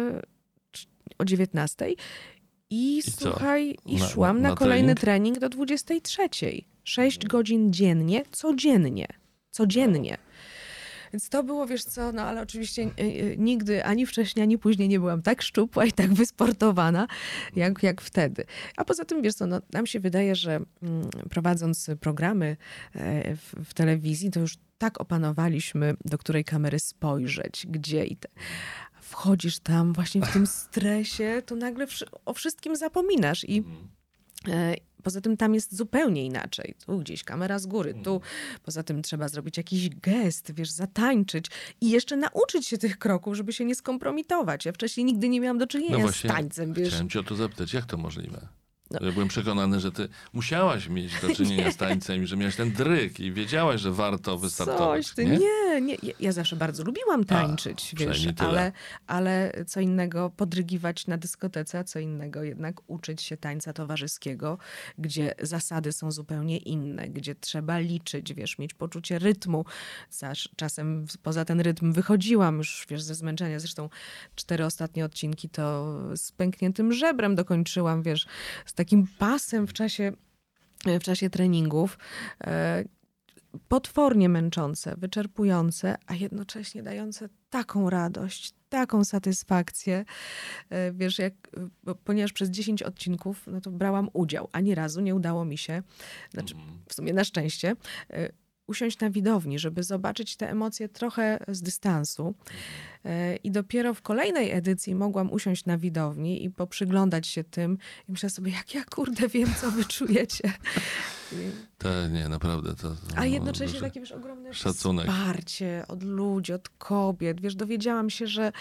o 19:00 I słuchaj, i szłam na kolejny trening do 23:00. 6 godzin dziennie, codziennie. Więc to było, wiesz co, no ale oczywiście nigdy, ani wcześniej, ani później nie byłam tak szczupła i tak wysportowana, jak wtedy. A poza tym, wiesz co, no, nam się wydaje, że prowadząc programy w telewizji, to już tak opanowaliśmy, do której kamery spojrzeć, gdzie i te... Wchodzisz tam właśnie w tym stresie, to nagle o wszystkim zapominasz i poza tym tam jest zupełnie inaczej. Tu gdzieś kamera z góry, tu poza tym trzeba zrobić jakiś gest, wiesz, zatańczyć i jeszcze nauczyć się tych kroków, żeby się nie skompromitować. Ja wcześniej nigdy nie miałam do czynienia z tańcem, wiesz. Chciałem cię o to zapytać, jak to możliwe? No. Ja byłem przekonany, że ty musiałaś mieć do czynienia z tańcem i że miałaś ten dryg i wiedziałaś, że warto wystartować. Coś ty, nie, Nie, ja zawsze bardzo lubiłam tańczyć, wiesz, ale co innego podrygiwać na dyskotece, a co innego jednak uczyć się tańca towarzyskiego, gdzie zasady są zupełnie inne, gdzie trzeba liczyć, wiesz, mieć poczucie rytmu. Czasem poza ten rytm wychodziłam już, wiesz, ze zmęczenia. Zresztą 4 ostatnie odcinki to z pękniętym żebrem dokończyłam, wiesz, z takim pasem w czasie treningów. Potwornie męczące, wyczerpujące, a jednocześnie dające taką radość, taką satysfakcję. Wiesz, ponieważ przez 10 odcinków no to brałam udział. Ani razu nie udało mi się, znaczy w sumie na szczęście, usiąść na widowni, żeby zobaczyć te emocje trochę z dystansu. I dopiero w kolejnej edycji mogłam usiąść na widowni i poprzyglądać się tym. I myślę sobie, jak ja kurde wiem, co wy czujecie. Nie, naprawdę. A jednocześnie takie, wiesz, ogromne szacunek. Wsparcie od ludzi, od kobiet. Wiesz, dowiedziałam się, że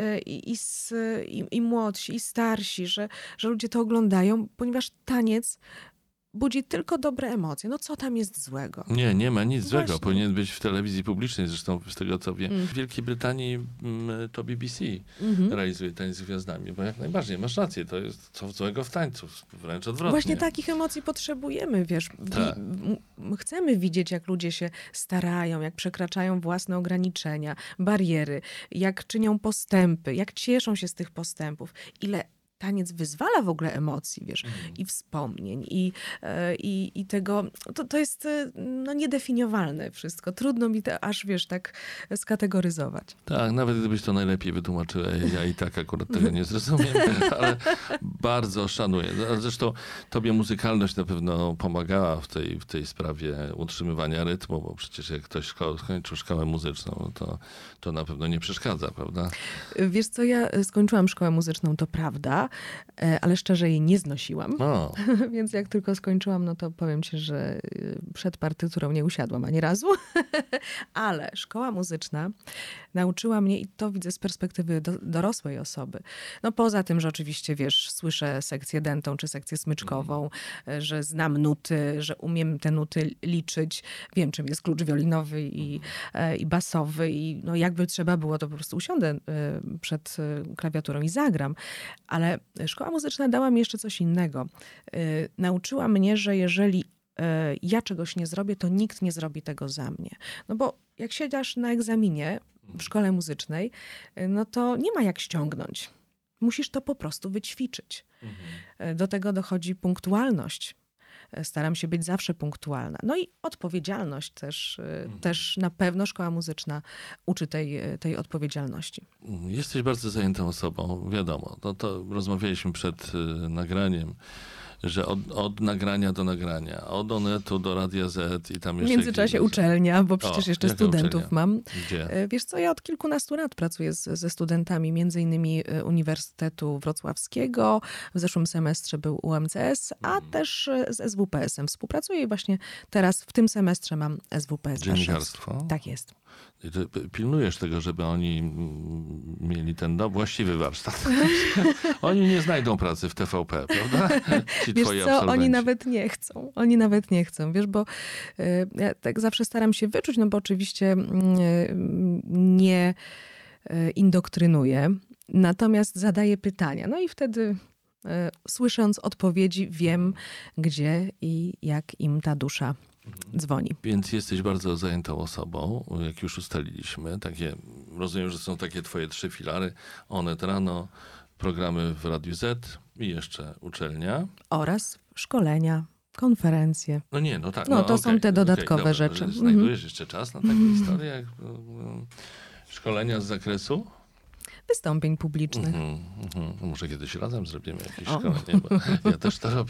i młodsi, i starsi, że ludzie to oglądają, ponieważ taniec budzi tylko dobre emocje. No co tam jest złego? Nie ma nic Właśnie. złego. Powinien być w telewizji publicznej. Zresztą z tego co wiem. W Wielkiej Brytanii to BBC realizuje Tańc z Gwiazdami. Bo jak najbardziej, masz rację. To jest co złego w tańcu. Wręcz odwrotnie. Właśnie takich emocji potrzebujemy, wiesz. Tak. Chcemy widzieć, jak ludzie się starają, jak przekraczają własne ograniczenia, bariery, jak czynią postępy, jak cieszą się z tych postępów. Ile taniec wyzwala w ogóle emocji, wiesz, i wspomnień, i tego, to jest no, niedefiniowalne wszystko. Trudno mi to aż, wiesz, tak skategoryzować. Tak, nawet gdybyś to najlepiej wytłumaczyła, ja i tak akurat tego nie zrozumiem, ale bardzo szanuję. Zresztą tobie muzykalność na pewno pomagała w tej sprawie utrzymywania rytmu, bo przecież jak ktoś skończył szkołę muzyczną, to na pewno nie przeszkadza, prawda? Wiesz co, ja skończyłam szkołę muzyczną, to prawda, ale szczerze jej nie znosiłam. Więc jak tylko skończyłam, no to powiem ci, że przed partyturą nie usiadłam ani razu. Ale szkoła muzyczna nauczyła mnie, i to widzę z perspektywy dorosłej osoby. No poza tym, że oczywiście, wiesz, słyszę sekcję dętą czy sekcję smyczkową, że znam nuty, że umiem te nuty liczyć. Wiem, czym jest klucz wiolinowy i basowy i no jakby trzeba było, to po prostu usiądę przed klawiaturą i zagram. Ale szkoła muzyczna dała mi jeszcze coś innego. Nauczyła mnie, że jeżeli ja czegoś nie zrobię, to nikt nie zrobi tego za mnie. No bo jak siedzisz na egzaminie w szkole muzycznej, no to nie ma jak ściągnąć. Musisz to po prostu wyćwiczyć. Do tego dochodzi punktualność. Staram się być zawsze punktualna. No i odpowiedzialność też na pewno szkoła muzyczna uczy tej odpowiedzialności. Jesteś bardzo zajętą osobą, wiadomo. To rozmawialiśmy przed nagraniem, że od nagrania do nagrania, od Onetu do Radia Z i tam jeszcze... W międzyczasie uczelnia, bo przecież jeszcze studentów uczelnia? mam. Gdzie? Wiesz co, ja od kilkunastu lat pracuję ze studentami, między innymi Uniwersytetu Wrocławskiego. W zeszłym semestrze był UMCS, a też z SWPS-em współpracuję i właśnie teraz w tym semestrze mam SWPS. Dziennikarstwo? Tak jest. I ty pilnujesz tego, żeby oni mieli ten właściwy warsztat. Oni nie znajdą pracy w TVP, prawda? Ci wiesz twoi co, absolwenci. Oni nawet nie chcą, wiesz, bo ja tak zawsze staram się wyczuć, no bo oczywiście nie indoktrynuję, natomiast zadaję pytania. No i wtedy słysząc odpowiedzi wiem, gdzie i jak im ta dusza dzwoni. Więc jesteś bardzo zajętą osobą, jak już ustaliliśmy. Rozumiem, że są takie twoje 3 filary. Onet rano, programy w Radiu Z i jeszcze uczelnia. Oraz szkolenia, konferencje. No tak. To są te dodatkowe rzeczy. Znajdujesz jeszcze czas na takie historie, jak szkolenia z zakresu? Wystąpień publicznych. Może kiedyś razem zrobimy jakieś szkolenie, bo ja też to robię.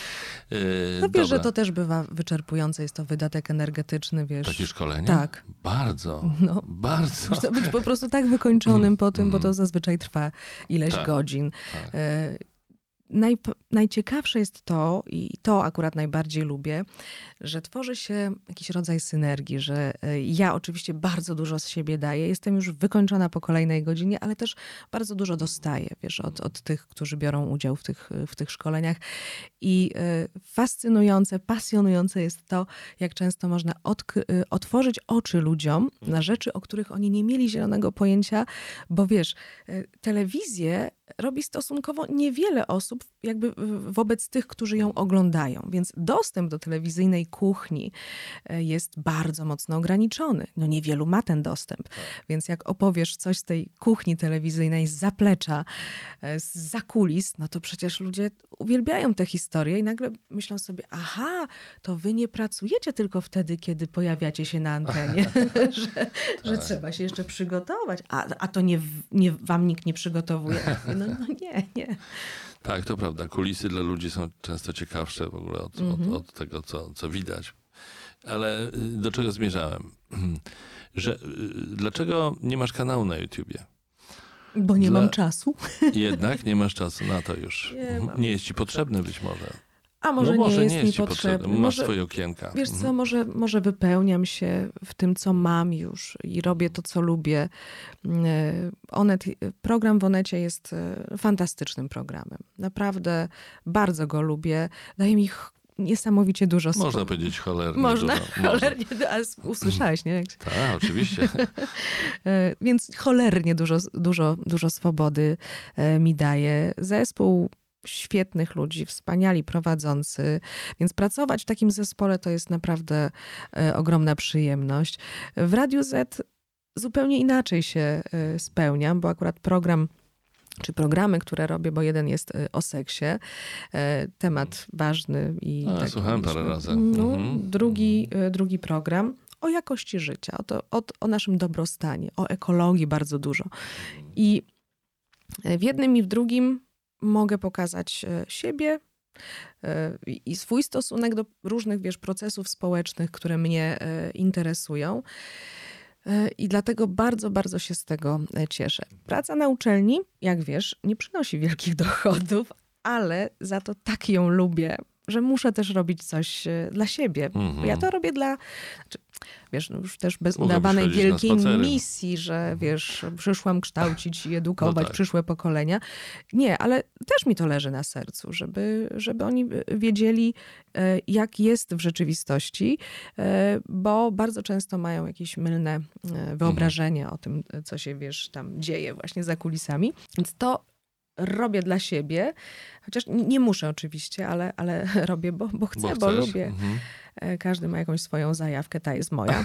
No wiesz, że to też bywa wyczerpujące, jest to wydatek energetyczny, wiesz. Takie szkolenie? Tak. Bardzo, bardzo. Muszę być po prostu tak wykończonym po tym, bo to zazwyczaj trwa ileś godzin. Tak. najciekawsze jest to, i to akurat najbardziej lubię, że tworzy się jakiś rodzaj synergii, że ja oczywiście bardzo dużo z siebie daję, jestem już wykończona po kolejnej godzinie, ale też bardzo dużo dostaję, wiesz, od tych, którzy biorą udział w tych szkoleniach. I fascynujące, pasjonujące jest to, jak często można otworzyć oczy ludziom na rzeczy, o których oni nie mieli zielonego pojęcia, bo wiesz, telewizję robi stosunkowo niewiele osób jakby wobec tych, którzy ją oglądają. Więc dostęp do telewizyjnej kuchni jest bardzo mocno ograniczony. No niewielu ma ten dostęp. Więc jak opowiesz coś z tej kuchni telewizyjnej, z zaplecza, z zakulis, no to przecież ludzie uwielbiają te historie i nagle myślą sobie, aha, to wy nie pracujecie tylko wtedy, kiedy pojawiacie się na antenie, że trzeba się jeszcze przygotować. A to wam nikt nie przygotowuje. No nie. Tak, to prawda. Kulisy dla ludzi są często ciekawsze w ogóle od tego, co widać. Ale do czego zmierzałem? Dlaczego nie masz kanału na YouTubie? Bo nie mam czasu. Jednak nie masz czasu na to już. Nie jest ci potrzebny być może. A może nie jest mi potrzebny. Masz swoje okienka. Wiesz co, może wypełniam się w tym, co mam już i robię to, co lubię. Program w Onecie jest fantastycznym programem. Naprawdę bardzo go lubię. Daje mi niesamowicie dużo swobody. Można powiedzieć cholernie Można, dużo. cholernie, ale usłyszałeś, nie? Tak, oczywiście. Więc cholernie dużo swobody mi daje. Zespół świetnych ludzi, wspaniali prowadzący, więc pracować w takim zespole to jest naprawdę ogromna przyjemność. W Radiu Z zupełnie inaczej się spełniam, bo akurat czy programy, które robię, bo jeden jest o seksie, temat ważny. Słuchałem parę razy. Drugi program o jakości życia, o naszym dobrostanie, o ekologii bardzo dużo. I w jednym i w drugim mogę pokazać siebie i swój stosunek do różnych, procesów społecznych, które mnie interesują. I dlatego bardzo, bardzo się z tego cieszę. Praca na uczelni, jak wiesz, nie przynosi wielkich dochodów, ale za to tak ją lubię, że muszę też robić coś dla siebie. Ja to robię już też bez udawanej wielkiej misji, że przyszłam kształcić i edukować przyszłe pokolenia. Nie, ale też mi to leży na sercu, żeby oni wiedzieli, jak jest w rzeczywistości, bo bardzo często mają jakieś mylne wyobrażenie o tym, co się, tam dzieje właśnie za kulisami. Więc to robię dla siebie, chociaż nie muszę oczywiście, ale robię, bo chcę, bo lubię. Każdy ma jakąś swoją zajawkę, ta jest moja.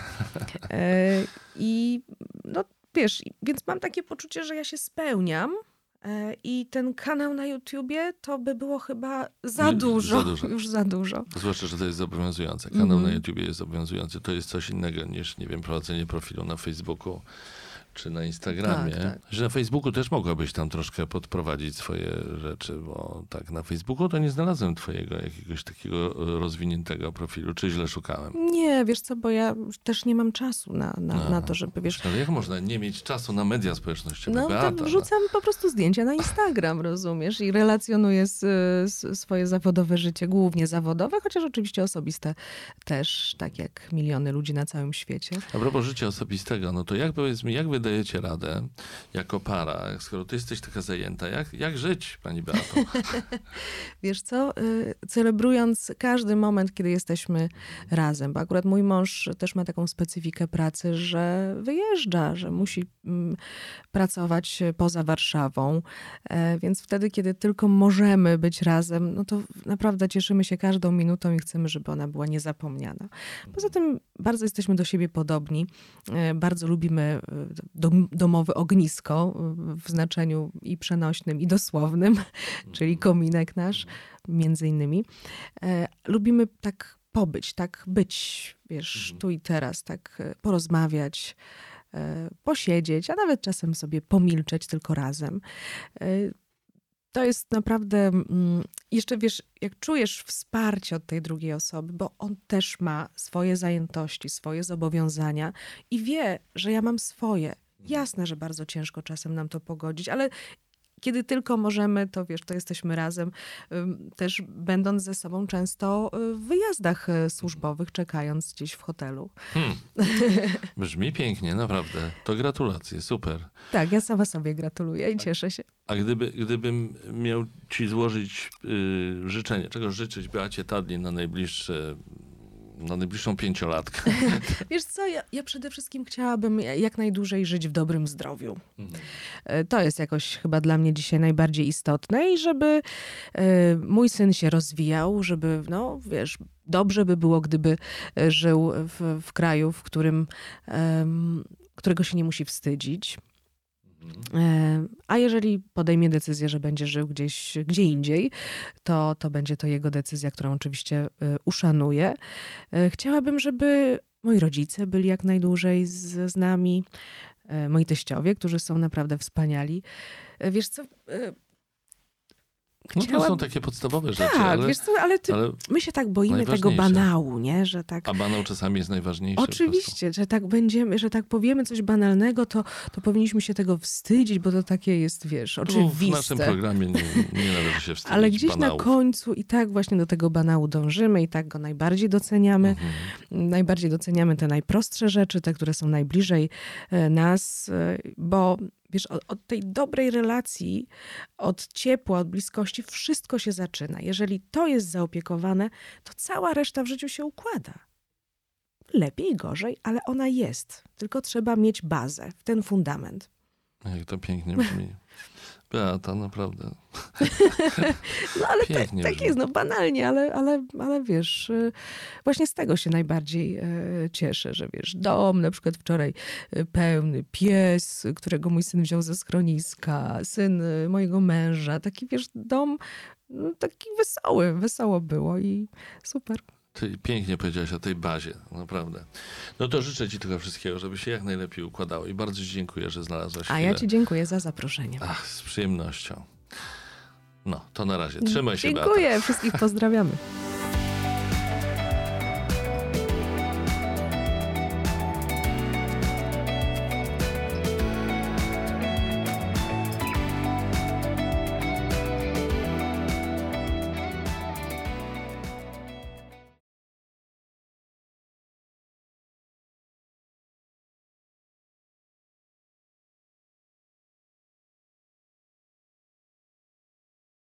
I więc mam takie poczucie, że ja się spełniam i ten kanał na YouTubie to by było chyba za dużo. Już za dużo. Zwłaszcza, że to jest zobowiązujące. Kanał na YouTubie jest zobowiązujący. To jest coś innego niż, prowadzenie profilu na Facebooku czy na Instagramie, tak. Że na Facebooku też mogłabyś tam troszkę podprowadzić swoje rzeczy, bo tak na Facebooku to nie znalazłem twojego jakiegoś takiego rozwiniętego profilu, czy źle szukałem? Nie, wiesz co, bo ja też nie mam czasu na to, żeby, Ale jak można nie mieć czasu na media społecznościowe? Beata, wrzucam po prostu zdjęcia na Instagram, rozumiesz? I relacjonuję swoje zawodowe życie, głównie zawodowe, chociaż oczywiście osobiste też, tak jak miliony ludzi na całym świecie. A propos życia osobistego, no to powiedz mi, jak wy dajecie radę jako para, skoro ty jesteś taka zajęta, jak żyć, pani Beato? Wiesz co, celebrując każdy moment, kiedy jesteśmy razem, bo akurat mój mąż też ma taką specyfikę pracy, że wyjeżdża, że musi pracować poza Warszawą, więc wtedy, kiedy tylko możemy być razem, no to naprawdę cieszymy się każdą minutą i chcemy, żeby ona była niezapomniana. Poza tym bardzo jesteśmy do siebie podobni, bardzo lubimy domowe ognisko w znaczeniu i przenośnym, i dosłownym, czyli kominek nasz, między innymi. Lubimy tak pobyć, tak być, tu i teraz, tak porozmawiać, posiedzieć, a nawet czasem sobie pomilczeć tylko razem. To jest naprawdę, jeszcze jak czujesz wsparcie od tej drugiej osoby, bo on też ma swoje zajętości, swoje zobowiązania i wie, że ja mam swoje. Jasne, że bardzo ciężko czasem nam to pogodzić, ale kiedy tylko możemy, to wiesz, to jesteśmy razem, też będąc ze sobą często w wyjazdach służbowych, czekając gdzieś w hotelu. Brzmi pięknie, naprawdę. To gratulacje, super. Tak, ja sama sobie gratuluję i cieszę się. A gdybym miał ci złożyć życzenie, czego życzyć Beacie Tadlin na najbliższą 5-latkę? Wiesz co, ja przede wszystkim chciałabym jak najdłużej żyć w dobrym zdrowiu. To jest jakoś chyba dla mnie dzisiaj najbardziej istotne i żeby mój syn się rozwijał, żeby, no wiesz, dobrze by było, gdyby żył w kraju, w którym, którego się nie musi wstydzić. A jeżeli podejmie decyzję, że będzie żył gdzie indziej, to będzie to jego decyzja, którą oczywiście uszanuję. Chciałabym, żeby moi rodzice byli jak najdłużej z nami, moi teściowie, którzy są naprawdę wspaniali. Wiesz co... No to są takie podstawowe rzeczy. Tak, ale, wiesz co, ale my się tak boimy tego banału, nie? Że tak... A banał czasami jest najważniejszy. Oczywiście, że tak będziemy, że tak powiemy coś banalnego, to powinniśmy się tego wstydzić, bo to takie jest, wiesz, oczywiste. W naszym programie nie należy się wstydzić ale gdzieś banałów. na końcu i tak właśnie do tego banału dążymy i tak go najbardziej doceniamy. Najbardziej doceniamy te najprostsze rzeczy, te, które są najbliżej nas, bo wiesz, od tej dobrej relacji, od ciepła, od bliskości, wszystko się zaczyna. Jeżeli to jest zaopiekowane, to cała reszta w życiu się układa. Lepiej, gorzej, ale ona jest. Tylko trzeba mieć bazę, ten fundament. Jak to pięknie brzmi. Beata, naprawdę. No ale tak jest, no banalnie, ale wiesz, właśnie z tego się najbardziej cieszę, że wiesz, dom na przykład wczoraj pełny, pies, którego mój syn wziął ze schroniska, syn mojego męża, taki wiesz, dom taki wesoło było i super. Ty pięknie powiedziałaś o tej bazie, naprawdę. No to życzę ci tego wszystkiego, żeby się jak najlepiej układało i bardzo ci dziękuję, że znalazłaś chwilę. A ja ci dziękuję za zaproszenie. Z przyjemnością. No, to na razie. Trzymaj się, Beata. Dziękuję, wszystkich pozdrawiamy.